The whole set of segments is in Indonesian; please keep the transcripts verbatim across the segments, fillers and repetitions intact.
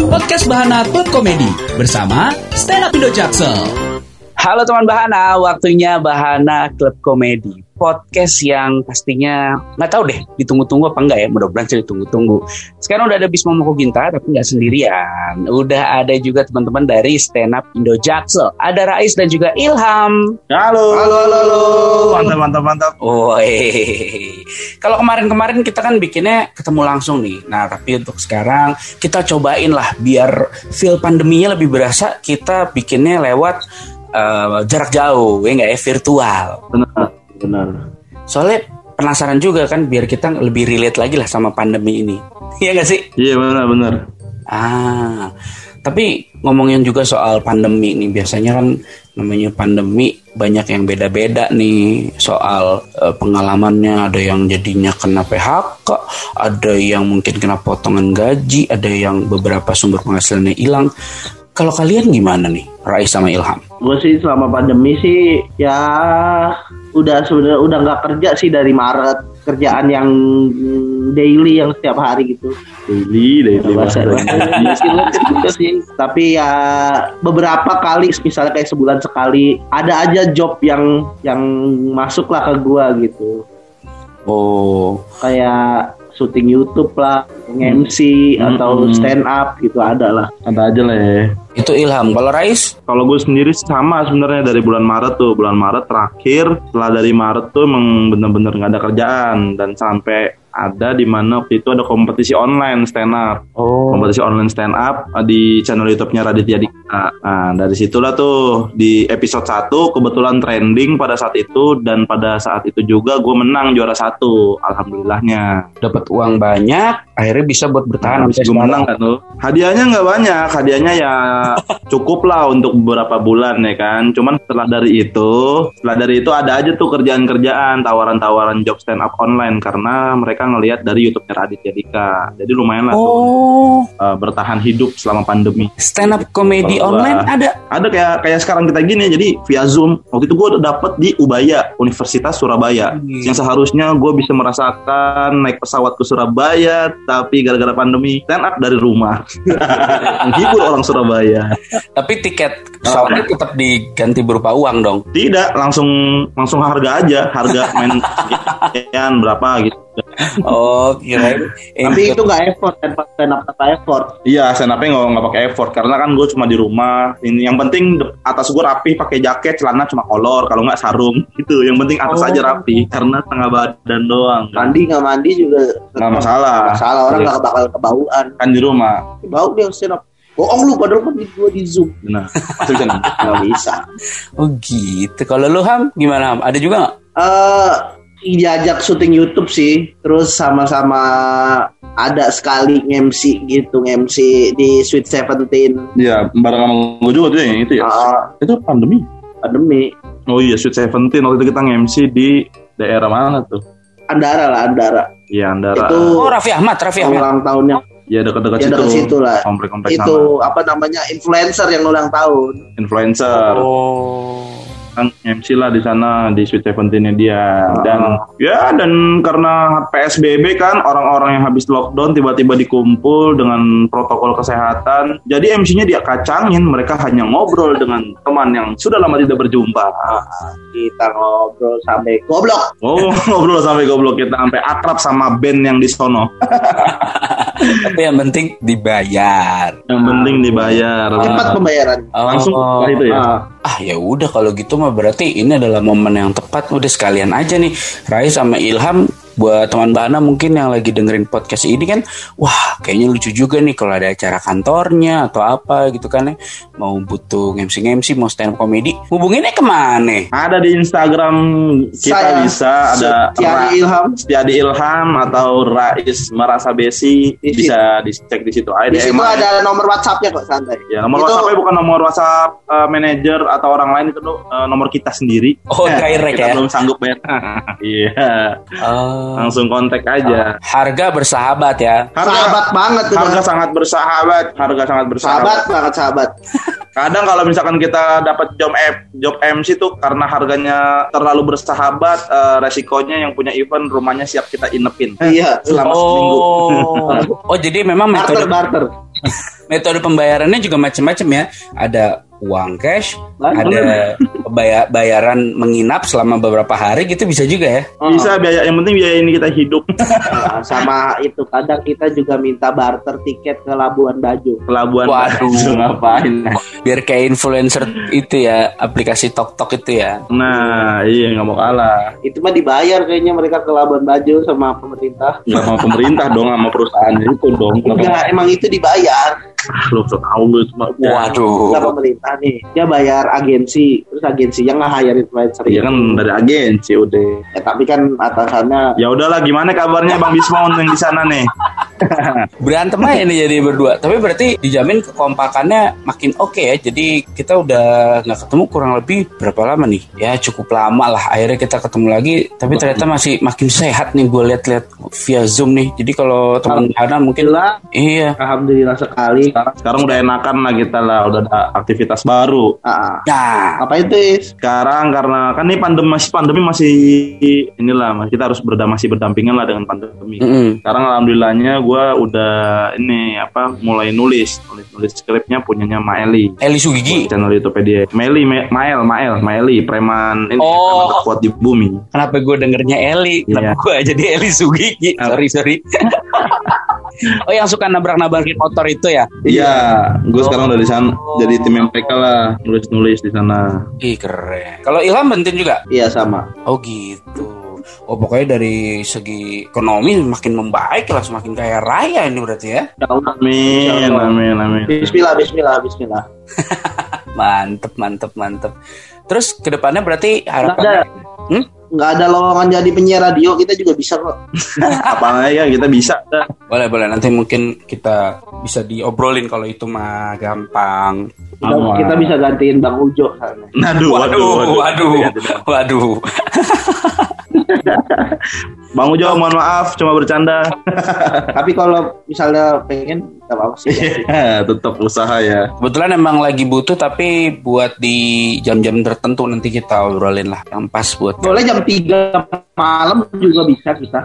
Podcast Bahana Club Komedi bersama Stand Up Indo Jaksel. Halo teman Bahana, waktunya Bahana Club Komedi, podcast yang pastinya nggak tahu deh ditunggu-tunggu apa enggak ya, mudah-mudahan sih ditunggu-tunggu. Sekarang udah ada Bisma Moko Ginta, tapi nggak sendirian. Udah ada juga teman-teman dari Stand Up Indo Jaksel. Ada Rais dan juga Ilham. Halo, halo, halo, halo. Mantap, mantap, mantap. Woi, kalau kemarin-kemarin kita kan bikinnya ketemu langsung nih. Nah, tapi untuk sekarang kita cobain lah biar feel pandeminya lebih berasa. Kita bikinnya lewat Uh, jarak jauh, ya nggak ya, virtual. Benar, benar. Soalnya penasaran juga kan, biar kita lebih relate lagi lah sama pandemi ini. Iya nggak sih? Iya benar, benar. Ah, tapi ngomongin juga soal pandemi nih, biasanya kan namanya pandemi banyak yang beda-beda nih soal uh, pengalamannya. Ada yang jadinya kena P H K, ada yang mungkin kena potongan gaji, ada yang beberapa sumber penghasilannya hilang. Kalau kalian gimana nih, Rais sama Ilham? Gue sih selama pandemi sih ya udah sebenarnya udah nggak kerja sih dari Maret. Kerjaan yang daily yang setiap hari gitu. Daily, daily bahasa gitu sih. Tapi ya beberapa kali, misalnya kayak sebulan sekali, ada aja job yang yang masuk lah ke gue gitu. Oh, kayak syuting YouTube lah, M C hmm. atau stand up gitu, ada lah. Ada aja lah ya. Itu Ilham. Kalau Rais? Kalau gue sendiri sama sebenarnya dari bulan Maret tuh. Bulan Maret terakhir, setelah dari Maret tuh emang bener-bener gak ada kerjaan. Dan sampai ada di mana waktu itu ada kompetisi online stand up. Oh. Kompetisi online stand up di channel YouTube-nya Raditya Dika. Nah, dari situlah tuh di episode satu kebetulan trending pada saat itu, dan pada saat itu juga gue menang juara satu. Alhamdulillahnya. Dapat uang banyak, akhirnya bisa buat bertahan sampai gue menang kan tuh. Hadiahnya nggak banyak, hadiahnya ya cukup lah untuk beberapa bulan ya kan. Cuman setelah dari itu, setelah dari itu ada aja tuh kerjaan-kerjaan, tawaran-tawaran job stand up online karena mereka ngelihat dari YouTube-nya Raditya Dika. Jadi lumayan lah oh. tuh uh, bertahan hidup selama pandemi. Stand up comedy online ada? Ada kayak kayak sekarang kita gini, jadi via Zoom. Waktu itu gue udah dapet di Ubaya, Universitas Surabaya. Hmm. Yang seharusnya gue bisa merasakan naik pesawat ke Surabaya, tapi gara-gara pandemi stand up dari rumah. Menghibur orang Surabaya. Tapi tiket pesawatnya tetap diganti berupa uang dong? Tidak, langsung langsung harga aja, harga main sekian berapa gitu. Oh, kirain. Tapi itu nggak effort, stand up tanpa effort. Iya, stand upnya nggak nggak pakai effort karena kan gue cuma di rumah. Ini yang penting atas gue rapi, pakai jaket, celana cuma kolor, kalau nggak sarung. Gitu. Yang penting atas oh. aja rapi karena tengah badan doang. Kan? Mandi nggak mandi juga nggak masalah. Nggak masalah, orang nggak bakal kebauan. Kan di rumah. Bau dia stand up. Bohong lu, padahal kan gue di Zoom. Benar. Masih bisa nih. Nggak bisa. Oh gitu. Kalau lu Ham gimana Ham? Ada juga nggak? Eh uh, diajak syuting YouTube sih, terus sama-sama ada sekali nge-M C gitu, nge-M C di Sweet Seventeen. Iya, bareng sama gue juga tuh yang itu ya. Uh, itu pandemi. Pandemi. Oh iya, Sweet Seventeen waktu itu kita nge-M C di daerah mana tuh? Andara lah, Andara. Iya, Andara. Itu oh, Raffi Ahmad, Raffi Ahmad. Ulang tahunnya. Ya dekat-dekat ya, situ. Dekat situ lah. Komplek-komplek itu sana. Apa namanya, influencer yang ulang tahun. Influencer. Oh. Kan M C lah di sana di Sweet Seventeen-nya dia. Dan uh. ya dan karena P S B B kan, orang-orang yang habis lockdown tiba-tiba dikumpul dengan protokol kesehatan. Jadi M C-nya dia kacangin, mereka hanya ngobrol dengan teman yang sudah lama tidak berjumpa. Uh, kita ngobrol sampai goblok. Oh, ngobrol sampai goblok, kita sampai akrab sama band yang di sono. Tapi yang penting dibayar. Yang penting dibayar. Cepat pembayaran. Oh. Langsung lah itu ya. Uh. Ah ya udah kalau gitu mah berarti ini adalah momen yang tepat. Udah sekalian aja nih Rais sama Ilham, buat teman Bahana mungkin yang lagi dengerin podcast ini kan, wah kayaknya lucu juga nih kalau ada acara kantornya atau apa gitu kan ya, mau butuh M C M C, mau stand up comedy, hubunginnya kemana? Ada di Instagram kita. Saya bisa ada Setiadi Ilham, Setiadi Ilham atau Rais Merasa Besi, di bisa dicek di situ. Di situ ada nomor WhatsAppnya kok, santai. Ya, nomor itu... WhatsAppnya bukan nomor WhatsApp uh, manajer atau orang lain, itu uh, nomor kita sendiri. Oh, direct kita ya. Belum sanggup bayar. Iya. Oh. Langsung kontak aja. Harga bersahabat ya. Harga, sahabat banget tuh. Harga sangat bersahabat. Harga sangat bersahabat. Sahabat banget, sahabat. Kadang kalau misalkan kita dapat job job M C tuh karena harganya terlalu bersahabat, uh, resikonya yang punya event rumahnya siap kita inepin. Iya, selama oh. seminggu. Oh, jadi memang barter, metode barter. metode pembayarannya juga macam-macam ya. Ada uang cash, Bener. ada bayar bayaran menginap selama beberapa hari gitu bisa juga ya. Bisa biaya, yang penting biaya ini kita hidup. Nah, sama itu kadang kita juga minta barter tiket ke Labuan Bajo. Pelabuhan Waduh. Bajo ngapain? Biar kayak influencer itu ya, aplikasi TokTok itu ya. Nah, iya nggak mau kalah. Itu mah dibayar kayaknya mereka ke Labuan Bajo sama pemerintah. Nggak sama pemerintah dong, sama perusahaan itu dong. Enggak, emang itu dibayar. Lu tuh tahu lu cuma. Waduh. Enggak pemerintah nih. Dia bayar agensi, terus agensinya nge-hire influencer. Iya kan dari agensi udah. Ya, tapi kan atasannya Ya udahlah, gimana kabarnya Bang Bisma yang di sana nih? Berantem aja nih jadi berdua. Tapi berarti dijamin kekompakannya makin oke ya. Jadi kita udah nggak ketemu kurang lebih berapa lama nih? Ya cukup lama lah. Akhirnya kita ketemu lagi. Tapi ternyata masih makin sehat nih. Gue lihat-lihat via Zoom nih. Jadi kalau teman Hana mungkin Alhamdulillah. iya. Alhamdulillah sekali. Sekarang, sekarang udah enakan lah kita lah, udah ada aktivitas baru. Ah, Nah, apa itu Is? Sekarang karena kan ini pandemi masih pandemi masih inilah, masih kita harus berdam masih berdampingan lah dengan pandemi. mm-mm. Sekarang alhamdulillahnya gue udah ini apa mulai nulis nulis nulis skripnya punyanya Maeli. Eli Sugigi. Channel YouTube dia. Meli, Me- Mael, Mael, Maeli, preman ini Oh. preman terkuat di bumi. Kenapa gue dengernya Eli? Kenapa Iya. gue jadi Eli Sugigi? Sorry, sorry. Oh, yang suka nabrak-nabrakin motor itu ya? Iya, gue sekarang udah di sana, jadi tim M P K lah, nulis-nulis di sana. Ih, keren. Kalau Ilham Bentin juga? Iya sama. Oh, gitu. Oh, pokoknya dari segi ekonomi makin membaik lah, semakin kaya raya ini berarti ya? Amin, amin, amin. Bismillah, Bismillah, Bismillah. Mantep, mantep, mantep. Terus kedepannya berarti Nggak ada, harapannya? Hmm? nggak ada lowongan jadi penyiar radio, kita juga bisa kok. Apa ya kita bisa. Boleh, boleh. Nanti mungkin kita bisa diobrolin kalau itu mah gampang. Kita, Aman. kita bisa gantiin Bang Ujo sana. Waduh, Waduh, waduh, waduh. Bang Ujo, mohon maaf, cuma bercanda. Tapi kalau misalnya pengen, tak apa sih. Ya, tetap usaha ya. Kebetulan emang lagi butuh, tapi buat di jam-jam tertentu nanti kita obrolin lah. Yang pas buat Boleh jam tiga malam juga bisa kita.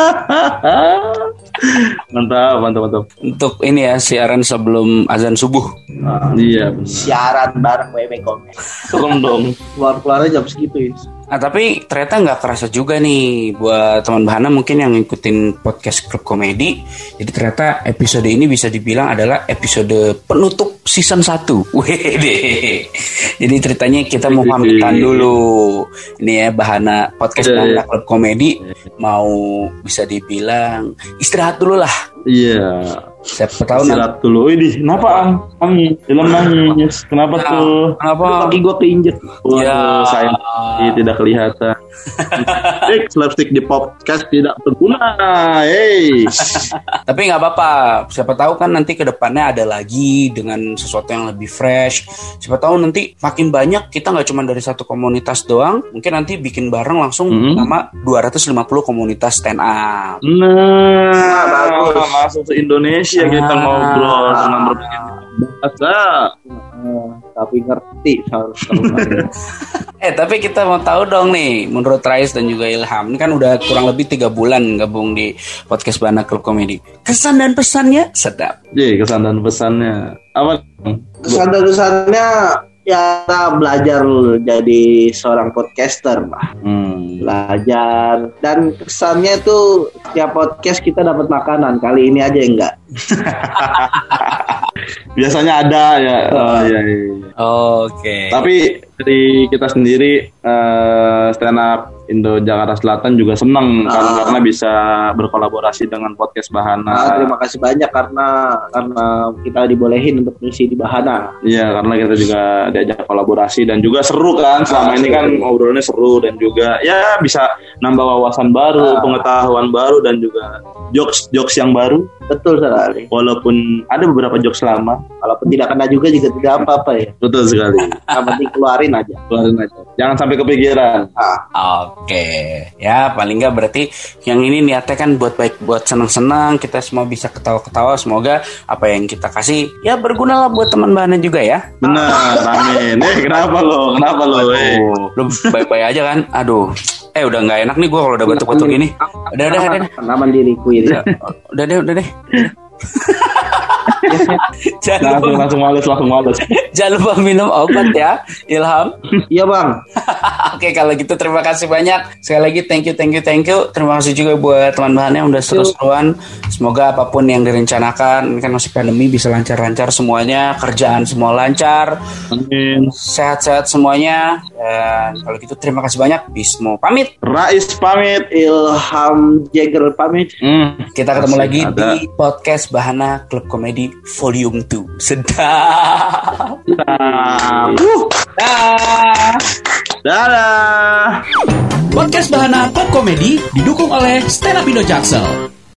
Mantap, mantap, mantap. untuk ini ya, siaran sebelum azan subuh. Iya, benar. Siaran bareng W W Komen. Serem dong. Keluar-keluarnya jam segitu ya. Nah, tapi ternyata nggak kerasa juga nih buat teman Bahana mungkin yang ngikutin podcast Klub Komedi. Jadi ternyata episode ini bisa dibilang adalah episode penutup season satu. Wede. Jadi ceritanya kita mau pamitan dulu. Ini ya Bahana podcast Bahana Klub Komedi mau bisa dibilang istirahat dulu lah. Iya. Siapa tahu nanti. Istirahat dulu. Ini kenapa ang? Angin, film nangis. Kenapa tuh? Kenapa? Kaki gue keinjek. Waduh, Ya. saya tidak kelihatan. Slapstick, slapstick di podcast tidak berguna. Hey. Tapi nggak apa-apa. Siapa tahu kan nanti ke depannya ada lagi dengan sesuatu yang lebih fresh. Siapa tahu nanti makin banyak kita nggak cuma dari satu komunitas doang. Mungkin nanti bikin bareng langsung Mhm. sama dua ratus lima puluh komunitas stand up. Nah, bagus. masuk ke Indonesia kita Ah. ngobrol dengan berbagai bahasa. Eh, tapi ngerti harus Eh tapi kita mau tahu dong nih, menurut Rais dan juga Ilham, ini kan udah kurang lebih tiga bulan gabung di podcast Bahana Klub Komedi. Kesan dan pesannya sedap. Jadi kesan dan pesannya apa? kesan-kesannya ya belajar jadi seorang podcaster lah. Hmm. Belajar dan kesannya tuh setiap podcast kita dapat makanan, kali ini aja enggak. Biasanya ada ya. Oh, iya, iya. Oke. Tapi dari kita sendiri eh, stand up Indo Jakarta Selatan juga senang kan, Ah. karena bisa berkolaborasi dengan podcast Bahana. Nah, terima kasih banyak karena karena kita dibolehin untuk ngisi di Bahana. Iya, karena kita juga diajak kolaborasi dan juga seru kan. Selama Ah, ini kan seru. ngobrolnya seru dan juga ya bisa nambah wawasan baru, Ah. pengetahuan baru dan juga jokes-jokes yang baru. Betul sekali. Walaupun ada beberapa jokes lama, Walaupun tidak kena juga juga tidak apa-apa ya. betul sekali. Yang penting keluarin aja. Keluarin aja. Jangan sampai kepikiran. Ah, Oke, ya paling nggak berarti yang ini niatnya kan buat baik, buat senang-senang, kita semua bisa ketawa-ketawa. Semoga apa yang kita kasih ya berguna lah buat teman Bahana juga ya. Benar, amin. Eh, kenapa lo? Kenapa lo? Eh. Oh, lu baik-baik aja kan? Aduh, eh udah nggak enak nih gue kalau udah batuk-batuk gini. Udah, udah, udah, udah. Aman diriku ini. Udah deh, udah deh. Jangan langsung lupa, langsung males langsung males. jangan lupa minum obat ya, Ilham. Iya bang. Oke, kalau gitu terima kasih banyak. Sekali lagi thank you, thank you, thank you. Terima kasih juga buat teman bahannya yang udah seru-seruan. Semoga apapun yang direncanakan, ini kan masih pandemi, bisa lancar-lancar semuanya. Kerjaan semua lancar. Amin. Sehat-sehat semuanya. Dan kalau gitu terima kasih banyak. Bismo pamit. Rais pamit. Ilham Jagger pamit. Hmm. Kita ketemu Masih lagi ada. di podcast Bahana Klub Komedi Volume dua. Sedap. Nah, uh, Dah. dadah. Podcast Bahana Klub Komedi didukung oleh Stand Up Indo Jaksel.